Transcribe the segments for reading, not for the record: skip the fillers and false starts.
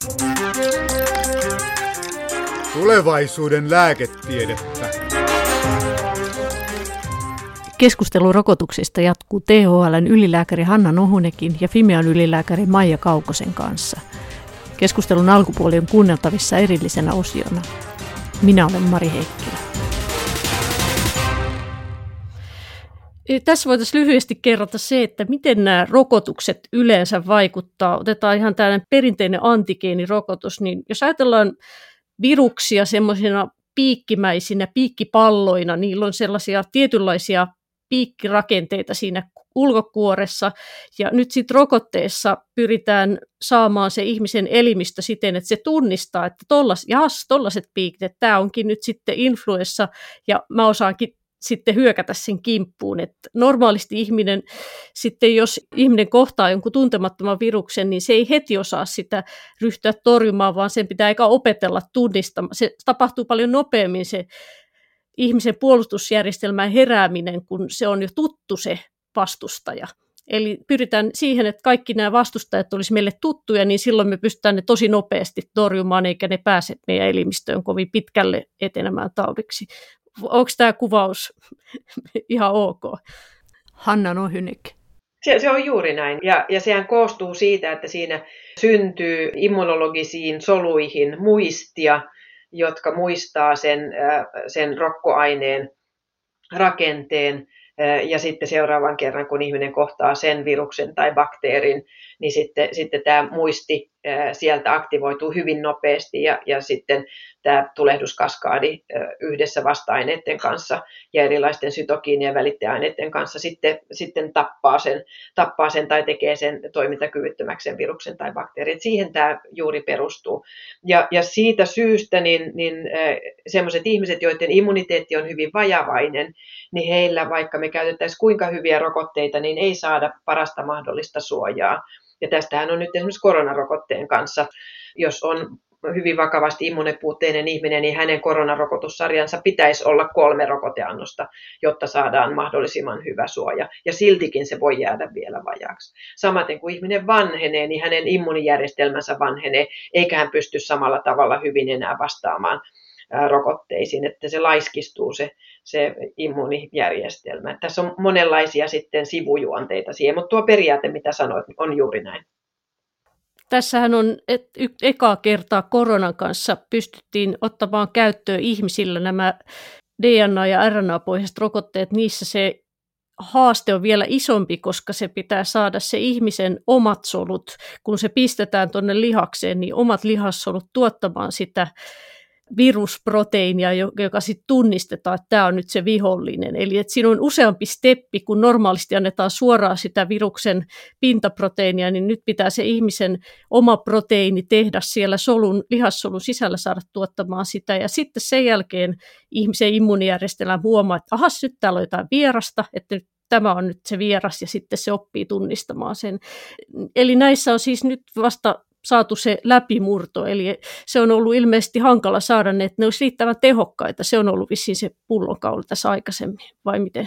Tulevaisuuden lääketiedettä. Keskustelu rokotuksista jatkuu THL:n ylilääkäri Hanna Nohunekin ja Fimean ylilääkäri Maija Kaukosen kanssa. Keskustelun alkupuoli on kuunneltavissa erillisenä osiona. Minä olen Mari Heikkilä. Tässä voitaisiin lyhyesti kerrata se, että miten nämä rokotukset yleensä vaikuttaa. Otetaan ihan tällainen perinteinen antigeenirokotus, niin jos ajatellaan viruksia semmoisina piikkimäisinä piikkipalloina, niillä on sellaisia tietynlaisia piikkirakenteita siinä ulkokuoressa, ja nyt sitten rokotteessa pyritään saamaan se ihmisen elimistö siten, että se tunnistaa, että tollaset piikit, että tämä onkin nyt sitten influenssa, ja mä osaankin sitten hyökätä sen kimppuun. Että normaalisti ihminen, sitten jos ihminen kohtaa jonkun tuntemattoman viruksen, niin se ei heti osaa sitä ryhtyä torjumaan, vaan sen pitää eikä opetella tunnistamaan. Se tapahtuu paljon nopeammin se ihmisen puolustusjärjestelmän herääminen, kun se on jo tuttu se vastustaja. Eli pyritään siihen, että kaikki nämä vastustajat olisi meille tuttuja, niin silloin me pystytään ne tosi nopeasti torjumaan, eikä ne pääse meidän elimistöön kovin pitkälle etenemään taudiksi. Onko tämä kuvaus ihan ok? Hanna Nohynek. Se on juuri näin. Ja sehän koostuu siitä, että siinä syntyy immunologisiin soluihin muistia, jotka muistaa sen rokkoaineen rakenteen. Ja sitten seuraavan kerran, kun ihminen kohtaa sen viruksen tai bakteerin, niin sitten tämä muisti sieltä aktivoituu hyvin nopeasti ja sitten tämä tulehduskaskaadi yhdessä vasta-aineiden kanssa ja erilaisten sytokiinien välittäjäaineiden kanssa sitten tappaa sen tai tekee sen toimintakyvyttömäksi sen viruksen tai bakteerin. Siihen tämä juuri perustuu. Ja siitä syystä niin sellaiset ihmiset, joiden immuniteetti on hyvin vajavainen, niin heillä, vaikka me käytettäisiin kuinka hyviä rokotteita, niin ei saada parasta mahdollista suojaa. Ja tästähän on nyt esimerkiksi koronarokotteen kanssa, jos on hyvin vakavasti immunepuutteinen ihminen, niin hänen koronarokotussarjansa pitäisi olla 3 rokoteannosta, jotta saadaan mahdollisimman hyvä suoja. Ja siltikin se voi jäädä vielä vajaaksi. Samaten kun ihminen vanhenee, niin hänen immunijärjestelmänsä vanhenee, eikä hän pysty samalla tavalla hyvin enää vastaamaan rokotteisiin, että se laiskistuu se immuunijärjestelmä. Tässä on monenlaisia sitten sivujuonteita siihen, mutta tuo periaate, mitä sanoit, on juuri näin. Tässähän on ekaa kertaa koronan kanssa pystyttiin ottamaan käyttöön ihmisillä nämä DNA- ja RNA-pohjaiset rokotteet. Niissä se haaste on vielä isompi, koska se pitää saada se ihmisen omat solut, kun se pistetään tuonne lihakseen, niin omat lihassolut tuottamaan sitä virusproteiinia, joka sitten tunnistetaan, että tämä on nyt se vihollinen. Eli että siinä on useampi steppi, kun normaalisti annetaan suoraan sitä viruksen pintaproteiinia, niin nyt pitää se ihmisen oma proteiini tehdä siellä lihassolun sisällä saada tuottamaan sitä. Ja sitten sen jälkeen ihmisen immuunijärjestelmä huomaa, että ahas, nyt täällä on jotain vierasta, että nyt tämä on nyt se vieras, ja sitten se oppii tunnistamaan sen. Eli näissä on siis nyt vasta saatu se läpimurto, eli se on ollut ilmeisesti hankala saada ne, että ne olisi riittävän tehokkaita. Se on ollut vissiin se pullonkaula tässä aikaisemmin, vai miten?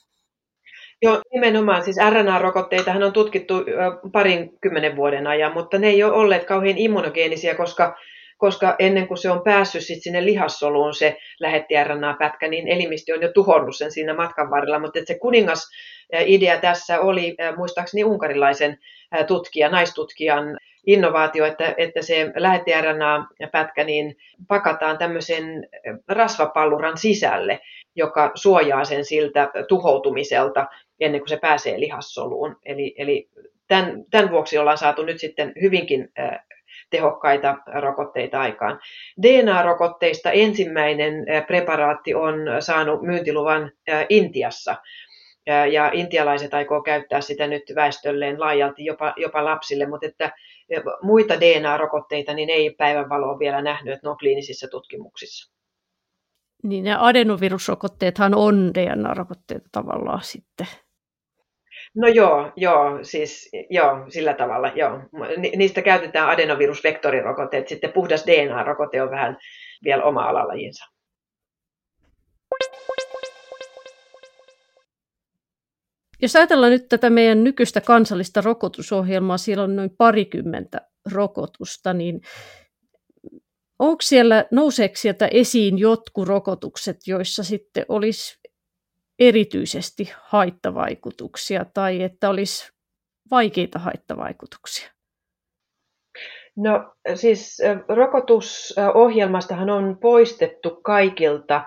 Joo, nimenomaan. Siis RNA-rokotteitahan on tutkittu 20 vuoden ajan, mutta ne ei ole olleet kauhean immunogeenisia, koska ennen kuin se on päässyt sit sinne lihassoluun se lähetti RNA-pätkä, niin elimistö on jo tuhonnut sen siinä matkan varrella. Mutta se kuningas idea tässä oli muistaakseni unkarilaisen naistutkijan innovaatio, että se lähetti RNA-pätkä niin pakataan tämmöisen rasvapalluran sisälle, joka suojaa sen siltä tuhoutumiselta ennen kuin se pääsee lihassoluun. Eli tämän vuoksi ollaan saatu nyt sitten hyvinkin tehokkaita rokotteita aikaan. DNA-rokotteista ensimmäinen preparaatti on saanut myyntiluvan Intiassa. Ja intialaiset aikoo käyttää sitä nyt väestölleen laajalti, jopa lapsille, mutta että muita DNA-rokotteita niin ei päivänvaloa vielä nähnyt, että ne on kliinisissä tutkimuksissa. Niin ja adenovirusrokotteethan on DNA-rokotteita tavallaan sitten. No siis sillä tavalla, joo. Niistä käytetään adenovirusvektorirokotteet, sitten puhdas DNA-rokote on vähän vielä oma alalajinsa. Jos ajatellaan nyt tätä meidän nykyistä kansallista rokotusohjelmaa, siellä on noin 20 rokotusta, niin nouseeko sieltä esiin jotkut rokotukset, joissa sitten olisi erityisesti haittavaikutuksia tai että olisi vaikeita haittavaikutuksia? No siis rokotusohjelmastahan on poistettu kaikilta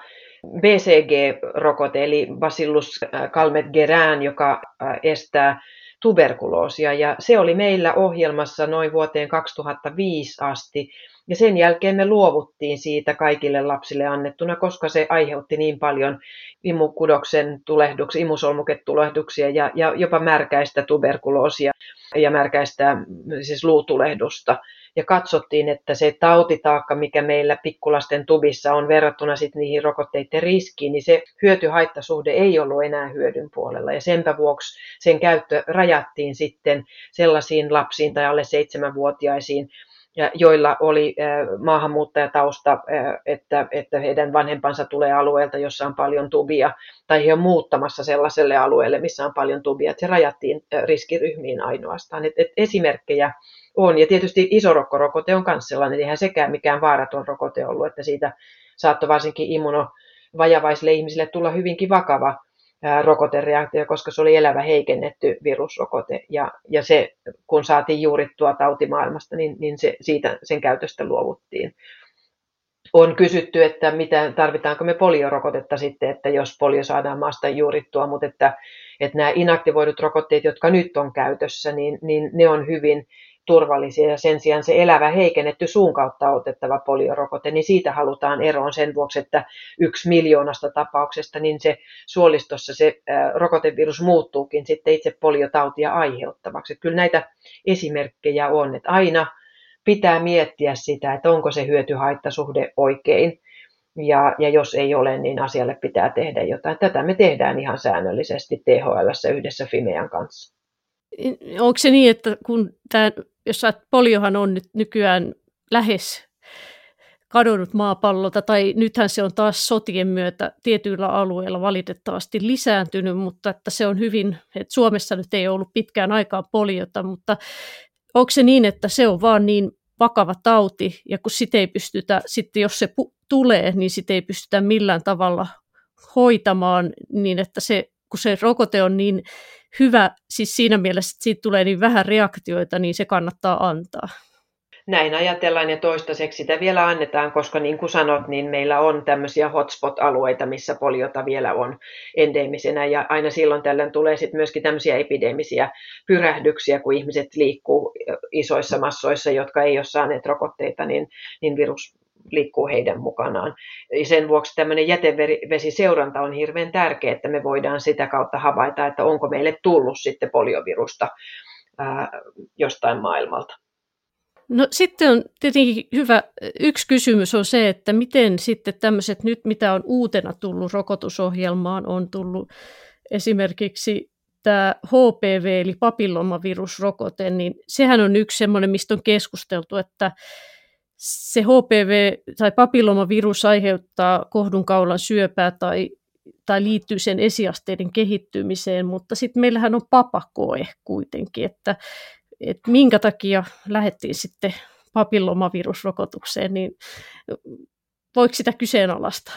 BCG-rokote, eli Bacillus calmette-guerin, joka estää tuberkuloosia. Ja se oli meillä ohjelmassa noin vuoteen 2005 asti. Ja sen jälkeen me luovuttiin siitä kaikille lapsille annettuna, koska se aiheutti niin paljon imukudoksen tulehduksia, imusolmuketulehduksia ja jopa märkäistä tuberkuloosia ja märkäistä siis luutulehdusta. Ja katsottiin, että se tautitaakka, mikä meillä pikkulasten tubissa on verrattuna sitten niihin rokotteiden riskiin, niin se hyöty-haittasuhde ei ollut enää hyödyn puolella. Ja senpä vuoksi sen käyttö rajattiin sitten sellaisiin lapsiin tai alle 7-vuotiaisiin, joilla oli maahanmuuttajatausta, että heidän vanhempansa tulee alueelta, jossa on paljon tubia, tai he on muuttamassa sellaiselle alueelle, missä on paljon tubia, että se rajattiin riskiryhmiin ainoastaan. Esimerkkejä on, ja tietysti isorokkorokote on myös sellainen, eihän sekään mikään vaaraton rokote ollut, että siitä saattoi varsinkin immunovajavaisille ihmisille tulla hyvinkin vakava rokotereaktio, koska se oli elävä heikennetty virusrokote. Ja se, kun saatiin juurittua tautimaailmasta, niin sen käytöstä luovuttiin. On kysytty, että tarvitaanko me poliorokotetta sitten, että jos polio saadaan maasta juurittua, mutta että nämä inaktivoidut rokotteet, jotka nyt on käytössä, niin ne on hyvin turvallisia, ja sen sijaan se elävä heikennetty suun kautta otettava poliorokote, niin siitä halutaan eroon sen vuoksi, että 1 miljoonasta tapauksesta, niin se suolistossa se rokotevirus muuttuukin sitten itse poliotautia aiheuttavaksi. Kyllä näitä esimerkkejä on, että aina pitää miettiä sitä, että onko se hyöty-haittasuhde oikein, ja jos ei ole, niin asialle pitää tehdä jotain. Tätä me tehdään ihan säännöllisesti THL:ssä yhdessä Fimean kanssa. Onko se niin, että jos poliohan on nyt nykyään lähes kadonnut maapallolta, tai nythän se on taas sotien myötä tietyillä alueilla valitettavasti lisääntynyt, mutta että se on hyvin, että Suomessa nyt ei ollut pitkään aikaa poliota, mutta onko se niin, että se on vaan niin vakava tauti, ja kun sitä ei pystytä, sitten jos se tulee, niin sitä ei pystytä millään tavalla hoitamaan, niin että kun se rokote on niin hyvä, siis siinä mielessä, että siitä tulee niin vähän reaktioita, niin se kannattaa antaa. Näin ajatellaan, ja toistaiseksi sitä vielä annetaan, koska niin kuin sanot, niin meillä on tämmöisiä hotspot-alueita, missä poliota vielä on endeemisenä, ja aina silloin tällöin tulee sitten myöskin tämmöisiä epidemisiä pyrähdyksiä, kun ihmiset liikkuu isoissa massoissa, jotka ei ole saaneet rokotteita, niin virus liikkuu heidän mukanaan. Ja sen vuoksi tämmöinen jätevesiseuranta on hirveän tärkeää, että me voidaan sitä kautta havaita, että onko meille tullut sitten poliovirusta jostain maailmalta. No sitten on tietenkin hyvä, yksi kysymys on se, että miten sitten tämmöiset nyt, mitä on uutena tullut rokotusohjelmaan, on tullut esimerkiksi tämä HPV eli papillomavirusrokote, niin sehän on yksi semmoinen, mistä on keskusteltu, että se HPV tai papillomavirus aiheuttaa kohdunkaulan syöpää tai liittyy sen esiasteiden kehittymiseen, mutta sitten meillähän on papakoe kuitenkin, että minkä takia lähdettiin sitten papillomavirusrokotukseen, niin voiko sitä kyseenalaistaa?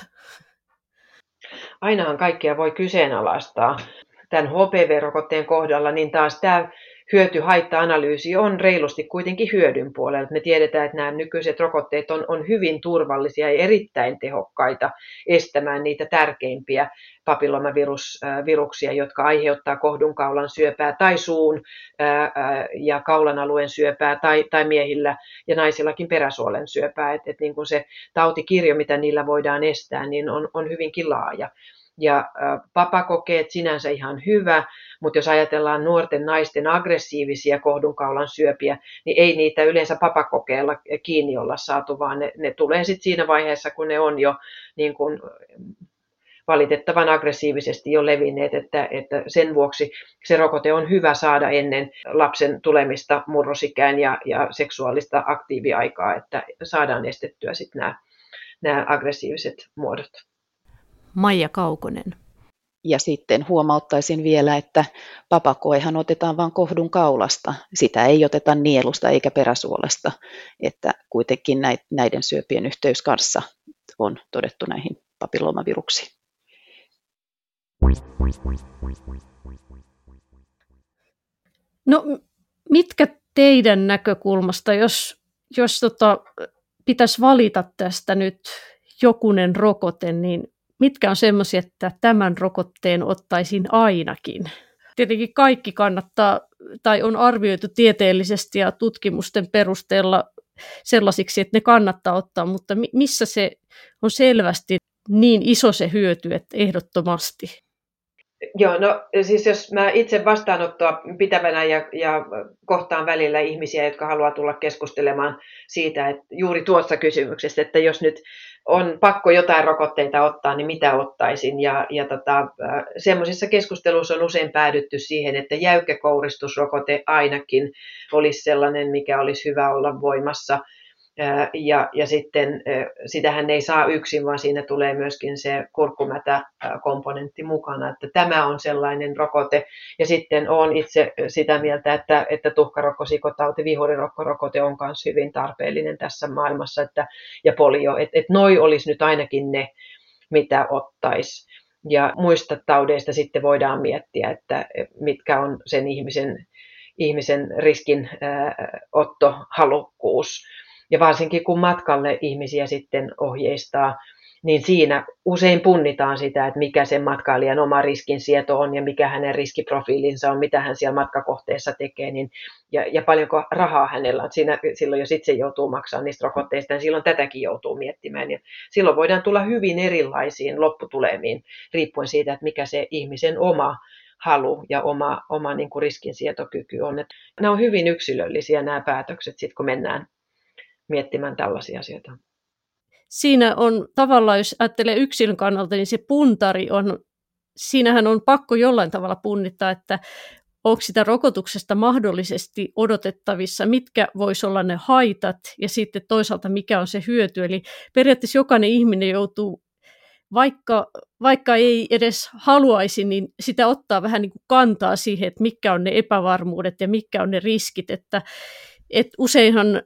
Ainahan kaikkea voi kyseenalaistaa. Tämän HPV-rokotteen kohdalla niin taas tämä hyöty-haitta-analyysi on reilusti kuitenkin hyödyn puolella. Me tiedetään, että nämä nykyiset rokotteet on hyvin turvallisia ja erittäin tehokkaita estämään niitä tärkeimpiä papillomaviruksia, jotka aiheuttaa kohdunkaulan syöpää tai suun ja kaulan alueen syöpää tai miehillä ja naisillakin peräsuolen syöpää. Et niin kuin se tautikirjo, mitä niillä voidaan estää, niin on hyvinkin laaja. Ja papakokeet sinänsä ihan hyvä, mutta jos ajatellaan nuorten naisten aggressiivisia kohdunkaulan syöpiä, niin ei niitä yleensä papakokeella kiinni olla saatu, vaan ne tulee sitten siinä vaiheessa, kun ne on jo niin kuin valitettavan aggressiivisesti jo levinneet, että sen vuoksi se rokote on hyvä saada ennen lapsen tulemista murrosikään ja seksuaalista aktiiviaikaa, että saadaan estettyä sitten nämä aggressiiviset muodot. Maija Kaukonen. Ja sitten huomauttaisin vielä, että papakoehan otetaan vain kohdun kaulasta. Sitä ei oteta nielusta eikä peräsuolesta, että kuitenkin näiden syöpien yhteys kanssa on todettu näihin papilloomaviruksiin. No, mitkä teidän näkökulmasta, jos pitäisi valita tästä nyt jokunen rokote, niin mitkä on semmoisia, että tämän rokotteen ottaisin ainakin? Tietenkin kaikki kannattaa tai on arvioitu tieteellisesti ja tutkimusten perusteella sellaisiksi, että ne kannattaa ottaa, mutta missä se on selvästi niin iso se hyöty, että ehdottomasti? Joo, no siis jos mä itse vastaanottoa pitävänä ja kohtaan välillä ihmisiä, jotka haluaa tulla keskustelemaan siitä, että juuri tuossa kysymyksessä, että jos nyt on pakko jotain rokotteita ottaa, niin mitä ottaisin? Semmoisissa keskusteluissa on usein päädytty siihen, että jäykkä kouristusrokote ainakin olisi sellainen, mikä olisi hyvä olla voimassa. Ja sitten sitähän ei saa yksin, vaan siinä tulee myöskin se kurkkumätä-komponentti mukana, että tämä on sellainen rokote. Ja sitten olen itse sitä mieltä, että tuhkarokkosikotauti, vihurirokkorokote on myös hyvin tarpeellinen tässä maailmassa, ja polio, että noi olisi nyt ainakin ne, mitä ottaisi. Ja muista taudeista sitten voidaan miettiä, että mitkä on sen ihmisen riskinottohalukkuus. Ja varsinkin kun matkalle ihmisiä sitten ohjeistaa, niin siinä usein punnitaan sitä, että mikä sen matkailijan oma riskinsieto on ja mikä hänen riskiprofiilinsa on, mitä hän siellä matkakohteessa tekee ja paljonko rahaa hänellä on. Silloin jos itse joutuu maksamaan niistä rokotteista, niin silloin tätäkin joutuu miettimään. Ja silloin voidaan tulla hyvin erilaisiin lopputulemiin, riippuen siitä, että mikä se ihmisen oma halu ja oma niin kuin riskinsietokyky on. Että nämä on hyvin yksilöllisiä nämä päätökset, sit kun mennään miettimään tällaisia asioita. Siinä on tavallaan, jos ajattelee yksilön kannalta, niin se puntari on, siinähän on pakko jollain tavalla punnittaa, että onko sitä rokotuksesta mahdollisesti odotettavissa, mitkä voisi olla ne haitat ja sitten toisaalta mikä on se hyöty. Eli periaatteessa jokainen ihminen joutuu, vaikka ei edes haluaisi, niin sitä ottaa vähän niin kuin kantaa siihen, että mitkä on ne epävarmuudet ja mitkä on ne riskit, että useinhan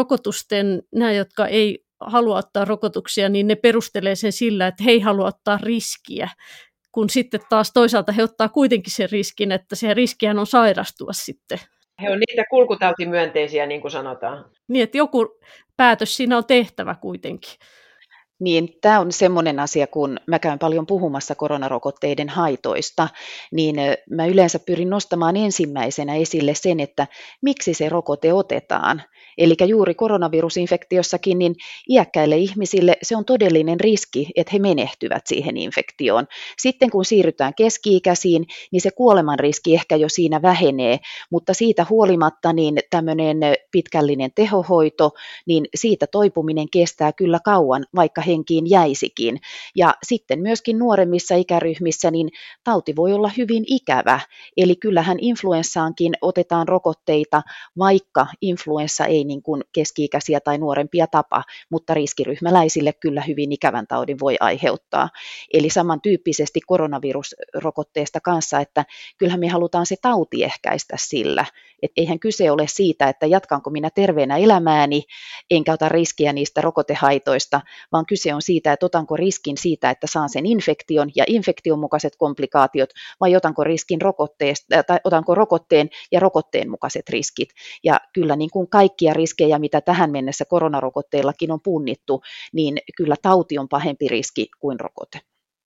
nämä jotka ei halua ottaa rokotuksia, niin ne perustelee sen sillä, että he ei halua ottaa riskiä, kun sitten taas toisaalta he ottaa kuitenkin sen riskin, että se riskihän on sairastua sitten. He on niitä kulkutautimyönteisiä, niin kuin sanotaan. Niin, että joku päätös siinä on tehtävä kuitenkin. Niin, tämä on semmoinen asia, kun mä käyn paljon puhumassa koronarokotteiden haitoista, niin mä yleensä pyrin nostamaan ensimmäisenä esille sen, että miksi se rokote otetaan. Eli juuri koronavirusinfektiossakin, niin iäkkäille ihmisille se on todellinen riski, että he menehtyvät siihen infektioon. Sitten kun siirrytään keski-ikäisiin, niin se kuoleman riski ehkä jo siinä vähenee, mutta siitä huolimatta niin tämmöinen pitkällinen tehohoito, niin siitä toipuminen kestää kyllä kauan, vaikka henkiin jäisikin. Ja sitten myöskin nuoremmissa ikäryhmissä, niin tauti voi olla hyvin ikävä. Eli kyllähän influenssaankin otetaan rokotteita, vaikka influenssa ei niin kuin keski-ikäisiä tai nuorempia tapa, mutta riskiryhmäläisille kyllä hyvin ikävän taudin voi aiheuttaa. Eli samantyyppisesti koronavirusrokotteesta kanssa, että kyllähän me halutaan se tauti ehkäistä sillä, että eihän kyse ole siitä, että jatkanko minä terveenä elämääni, enkä ota riskiä niistä rokotehaitoista, vaan kyse on siitä, että otanko riskin siitä, että saan sen infektion ja infektion mukaiset komplikaatiot, vai otanko riskin rokotteesta, tai otanko rokotteen ja rokotteen mukaiset riskit. Ja kyllä niin kuin kaikkia riskejä, mitä tähän mennessä koronarokotteillakin on punnittu, niin kyllä tauti on pahempi riski kuin rokote.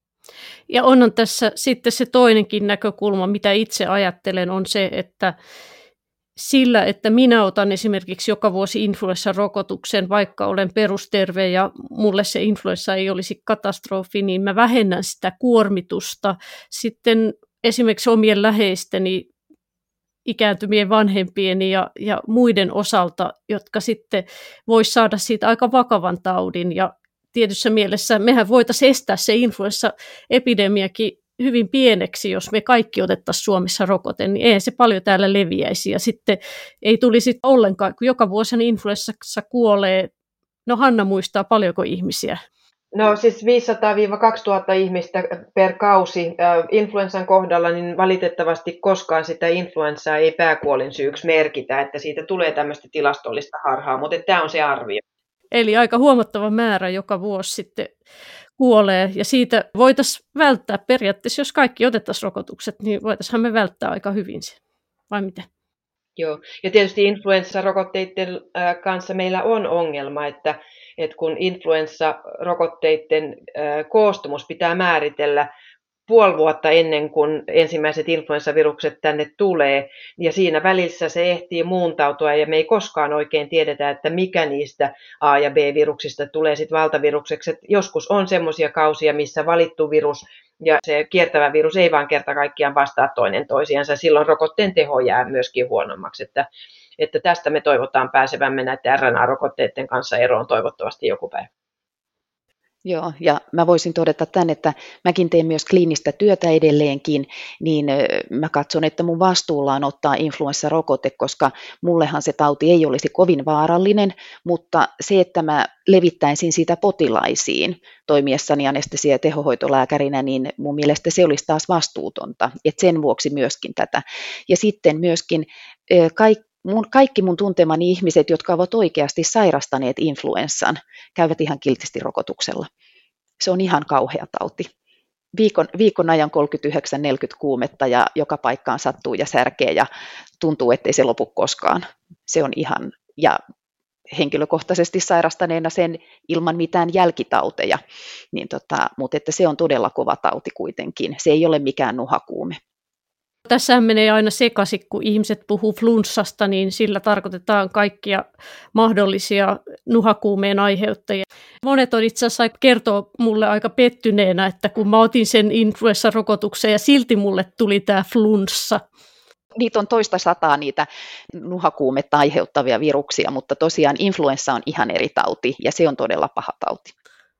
Ja onhan tässä sitten se toinenkin näkökulma, mitä itse ajattelen, on se, että sillä, että minä otan esimerkiksi joka vuosi influenssarokotuksen, vaikka olen perusterve ja mulle se influenssa ei olisi katastrofi, niin mä vähennän sitä kuormitusta. Sitten esimerkiksi omien läheisteni, ikääntymien vanhempieni ja muiden osalta, jotka sitten vois saada siitä aika vakavan taudin. Ja tietyssä mielessä mehän voitaisiin estää se influenssaepidemiakin hyvin pieneksi, jos me kaikki otettaisiin Suomessa rokote, niin eihän se paljon täällä leviäisi. Ja sitten ei tulisi ollenkaan, kun joka vuosi influenssassa kuolee, no Hanna muistaa paljonko ihmisiä. No siis 500-2000 ihmistä per kausi. Influenssan kohdalla niin valitettavasti koskaan sitä influenssaa ei pääkuolinsyyksi merkitä, että siitä tulee tämmöistä tilastollista harhaa, mutta tämä on se arvio. Eli aika huomattava määrä joka vuosi sitten kuolee, ja siitä voitaisiin välttää periaatteessa, jos kaikki otettaisiin rokotukset, niin voitaisiinhan me välttää aika hyvin se, vai miten? Joo, ja tietysti influenssarokotteiden kanssa meillä on ongelma, että kun influenssarokotteiden koostumus pitää määritellä puoli vuotta ennen kuin ensimmäiset influenssavirukset tänne tulee, ja siinä välissä se ehtii muuntautua, ja me ei koskaan oikein tiedetä, että mikä niistä A- ja B-viruksista tulee sitten valtavirukseksi. Joskus on semmoisia kausia, missä valittu virus ja se kiertävä virus ei vaan kerta kaikkiaan vastaa toinen toisiansa. Silloin rokotteen teho jää myöskin huonommaksi. Että tästä me toivotaan pääsevämme näiden RNA-rokotteiden kanssa eroon toivottavasti joku päivä. Joo, ja mä voisin todeta tämän, että mäkin teen myös kliinistä työtä edelleenkin, niin mä katson, että mun vastuulla on ottaa influenssarokote, koska mullehan se tauti ei olisi kovin vaarallinen, mutta se, että mä levittäisin sitä potilaisiin toimiessani anestesia- ja tehohoitolääkärinä, niin mun mielestä se olisi taas vastuutonta, että sen vuoksi myöskin tätä. Ja sitten myöskin kaikki mun tuntemani ihmiset, jotka ovat oikeasti sairastaneet influenssan, käyvät ihan kiltisti rokotuksella. Se on ihan kauhea tauti. Viikon ajan 39-40 kuumetta ja joka paikkaan sattuu ja särkee ja tuntuu, ettei se lopu koskaan. Se on ihan, ja henkilökohtaisesti sairastaneena sen ilman mitään jälkitauteja, niin mutta että se on todella kova tauti kuitenkin. Se ei ole mikään nuhakuume. Tässähän menee aina sekaisin, kun ihmiset puhuu flunssasta, niin sillä tarkoitetaan kaikkia mahdollisia nuhakuumeen aiheuttajia. Monet on itse asiassa kertoo mulle aika pettyneenä, että kun mä otin sen influenssarokotuksen ja silti mulle tuli tämä flunssa. Niitä on toista sataa niitä nuhakuumetta aiheuttavia viruksia, mutta tosiaan influenssa on ihan eri tauti ja se on todella paha tauti.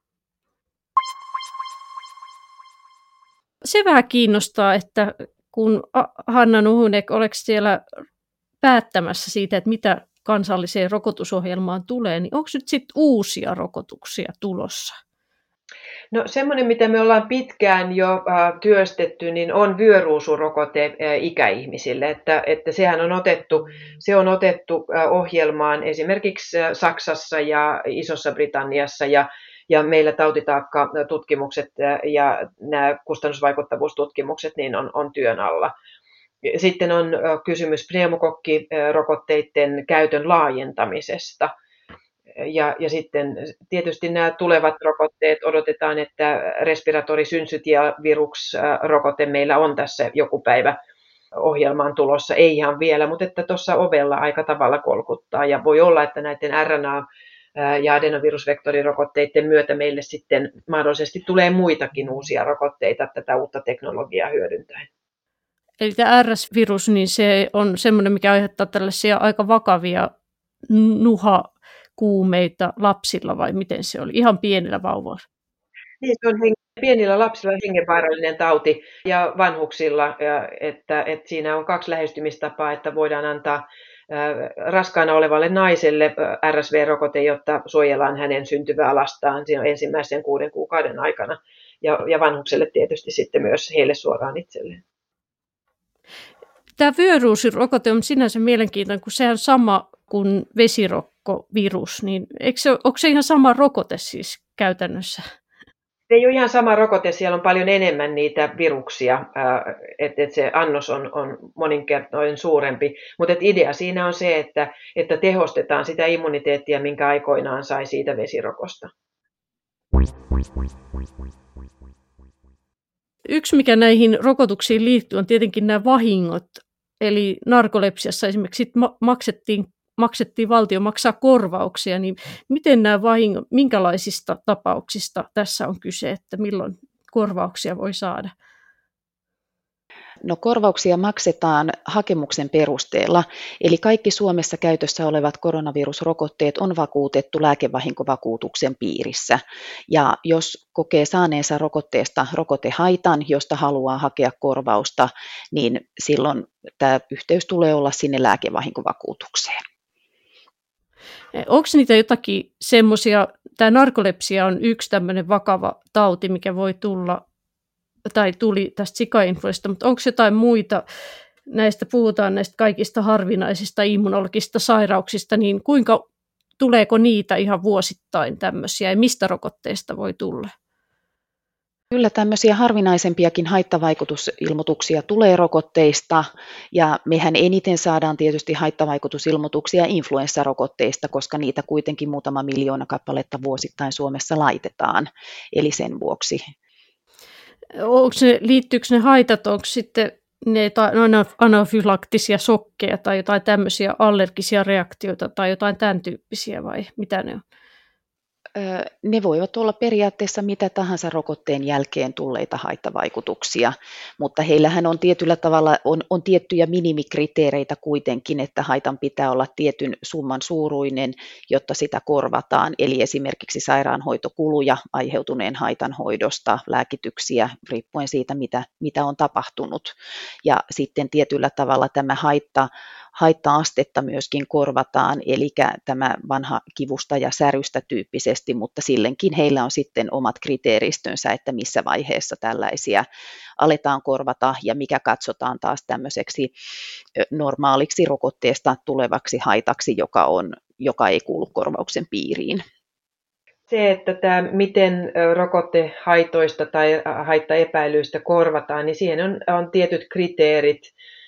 Se vähän kiinnostaa, että kun Hanna Nuhunek, oletko siellä päättämässä siitä, että mitä kansalliseen rokotusohjelmaan tulee, niin onko nyt sitten uusia rokotuksia tulossa? No semmoinen, mitä me ollaan pitkään jo työstetty, niin on vyöruusurokote ikäihmisille, että se on otettu ohjelmaan esimerkiksi Saksassa ja Isossa Britanniassa ja meillä tautitaakka-tutkimukset ja nämä kustannusvaikuttavuustutkimukset niin on työn alla. Sitten on kysymys pneumokokkirokotteiden käytön laajentamisesta. Ja sitten tietysti nämä tulevat rokotteet, odotetaan, että respiratorisynsytiavirusrokote meillä on tässä joku päivä ohjelmaan tulossa, ei ihan vielä, mutta että tuossa ovella aika tavalla kolkuttaa. Ja voi olla, että näiden RNA- ja adenovirusvektorirokotteiden myötä meille sitten mahdollisesti tulee muitakin uusia rokotteita tätä uutta teknologiaa hyödyntäen. Eli tämä RS-virus, niin se on semmoinen, mikä aiheuttaa tällaisia aika vakavia nuhakuumeita lapsilla, vai miten se oli? Ihan pienillä vauvoilla. Niin, se on pienillä lapsilla hengenvaarallinen tauti ja vanhuksilla, että siinä on kaksi lähestymistapaa, että voidaan antaa raskaana olevalle naiselle RSV-rokote, jotta suojellaan hänen syntyvää lastaan siinä ensimmäisen 6 kuukauden aikana. Ja vanhukselle tietysti sitten myös heille suoraan itselleen. Tämä vyöruusirokote on sinänsä mielenkiintoinen, kun se on sama kuin vesirokkovirus. Niin onko se ihan sama rokote siis käytännössä? Se ei ole ihan sama rokote, siellä on paljon enemmän niitä viruksia, että se annos on moninkertainen suurempi. Mutta idea siinä on se, että tehostetaan sitä immuniteettia, minkä aikoinaan sai siitä vesirokosta. Yksi, mikä näihin rokotuksiin liittyy, on tietenkin nämä vahingot. Eli narkolepsiassa esimerkiksi maksettiin valtio maksaa korvauksia, niin miten nämä vahingot, minkälaisista tapauksista tässä on kyse, että milloin korvauksia voi saada? No korvauksia maksetaan hakemuksen perusteella, eli kaikki Suomessa käytössä olevat koronavirusrokotteet on vakuutettu lääkevahinkovakuutuksen piirissä. Ja jos kokee saaneensa rokotteesta rokotehaitan, josta haluaa hakea korvausta, niin silloin tämä yhteys tulee olla sinne lääkevahinkovakuutukseen. Onko niitä jotakin semmoisia tämä narkolepsia on yksi tämmöinen vakava tauti, mikä voi tulla tai tuli tästä sikainfluenssasta, mutta onko jotain muita, puhutaan näistä kaikista harvinaisista immunologisista sairauksista, niin tuleeko niitä ihan vuosittain tämmöisiä ja mistä rokotteista voi tulla? Kyllä tämmöisiä harvinaisempiakin haittavaikutusilmoituksia tulee rokotteista ja mehän eniten saadaan tietysti haittavaikutusilmoituksia influenssarokotteista, koska niitä kuitenkin muutama miljoona kappaletta vuosittain Suomessa laitetaan, eli sen vuoksi. Liittyykö ne haitat, onko sitten ne anafylaktisia shokkeja tai jotain tämmöisiä allergisia reaktioita tai jotain tämän tyyppisiä vai mitä ne on? Ne voivat olla periaatteessa mitä tahansa rokotteen jälkeen tulleita haittavaikutuksia, mutta heillähän on tietyllä tavalla on tiettyjä minimikriteereitä kuitenkin, että haitan pitää olla tietyn summan suuruinen, jotta sitä korvataan, eli esimerkiksi sairaanhoitokuluja aiheutuneen haitan hoidosta, lääkityksiä, riippuen siitä, mitä on tapahtunut. Ja sitten tietyllä tavalla tämä haitta-astetta myöskin korvataan, eli tämä vanha kivusta ja särystä tyyppisesti, mutta sillenkin heillä on sitten omat kriteeristönsä, että missä vaiheessa tällaisia aletaan korvata ja mikä katsotaan taas tämmöiseksi normaaliksi rokotteesta tulevaksi haitaksi, joka ei kuulu korvauksen piiriin. Se, että miten rokottehaitoista tai haittaepäilyistä korvataan, niin siihen on tietyt kriteerit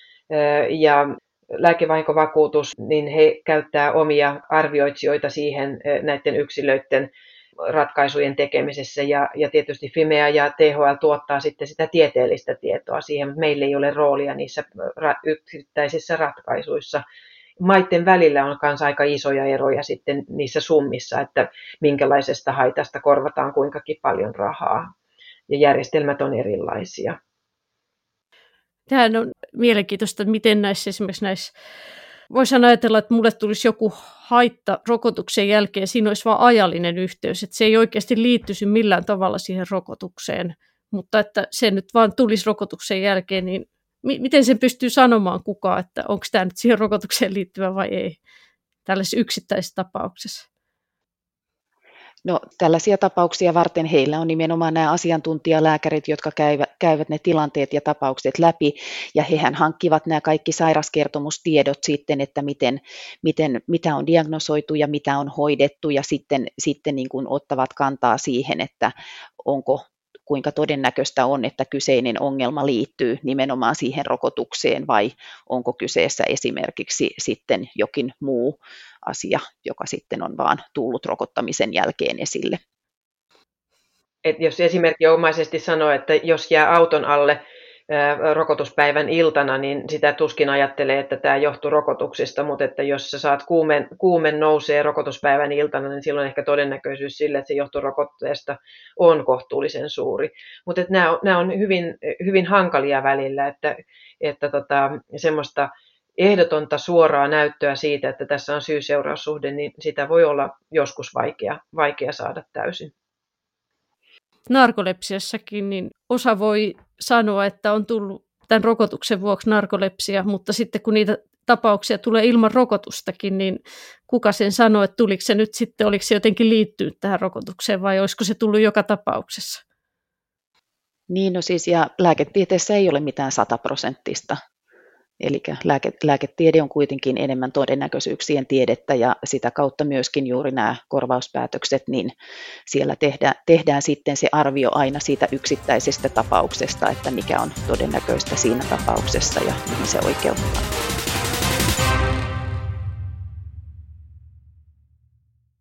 ja lääkevahinkovakuutus, niin he käyttää omia arvioitsijoita siihen näiden yksilöiden ratkaisujen tekemisessä ja tietysti Fimea ja THL tuottaa sitten sitä tieteellistä tietoa siihen. Meillä ei ole roolia niissä yksittäisissä ratkaisuissa. Maiden välillä on myös aika isoja eroja sitten niissä summissa, että minkälaisesta haitasta korvataan kuinkakin paljon rahaa ja järjestelmät on erilaisia. Tämähän on mielenkiintoista, miten esimerkiksi voisi ajatella, että mulle tulisi joku haitta rokotuksen jälkeen, siinä olisi vain ajallinen yhteys, että se ei oikeasti liittyisi millään tavalla siihen rokotukseen, mutta että se nyt vaan tulisi rokotuksen jälkeen, niin miten sen pystyy sanomaan kukaan, että onko tämä nyt siihen rokotukseen liittyvä vai ei tällaisessa yksittäisessä tapauksessa? No, tällaisia tapauksia varten heillä on nimenomaan nämä asiantuntijalääkärit, jotka käyvät ne tilanteet ja tapaukset läpi, ja hehän hankkivat nämä kaikki sairaskertomustiedot sitten, että mitä on diagnosoitu ja mitä on hoidettu, ja sitten niin kuin ottavat kantaa siihen, että kuinka todennäköistä on, että kyseinen ongelma liittyy nimenomaan siihen rokotukseen, vai onko kyseessä esimerkiksi sitten jokin muu asia, joka sitten on vaan tullut rokottamisen jälkeen esille. Et jos esimerkinomaisesti sanoo, että jos jää auton alle rokotuspäivän iltana, niin sitä tuskin ajattelee, että tämä johtuu rokotuksista, mutta että jos sä saat kuumen nousee rokotuspäivän iltana, niin silloin ehkä todennäköisyys sille, että se johtuu rokotteesta, on kohtuullisen suuri. Mutta nämä on hyvin, hyvin hankalia välillä, että semmoista ehdotonta suoraa näyttöä siitä, että tässä on syy-seuraussuhde, niin sitä voi olla joskus vaikea saada täysin. Narkolepsiassakin niin osa voi sanoa, että on tullut tämän rokotuksen vuoksi narkolepsia, mutta sitten kun niitä tapauksia tulee ilman rokotustakin, niin kuka sen sanoo, että tuliko se nyt sitten, oliko se jotenkin liittynyt tähän rokotukseen vai olisiko se tullut joka tapauksessa? Niin, no siis ja lääketieteessä ei ole mitään 100%. Eli lääketiede on kuitenkin enemmän todennäköisyyksien tiedettä ja sitä kautta myöskin juuri nämä korvauspäätökset, niin siellä tehdään sitten se arvio aina siitä yksittäisestä tapauksesta, että mikä on todennäköistä siinä tapauksessa ja mihin se oikeuttaa.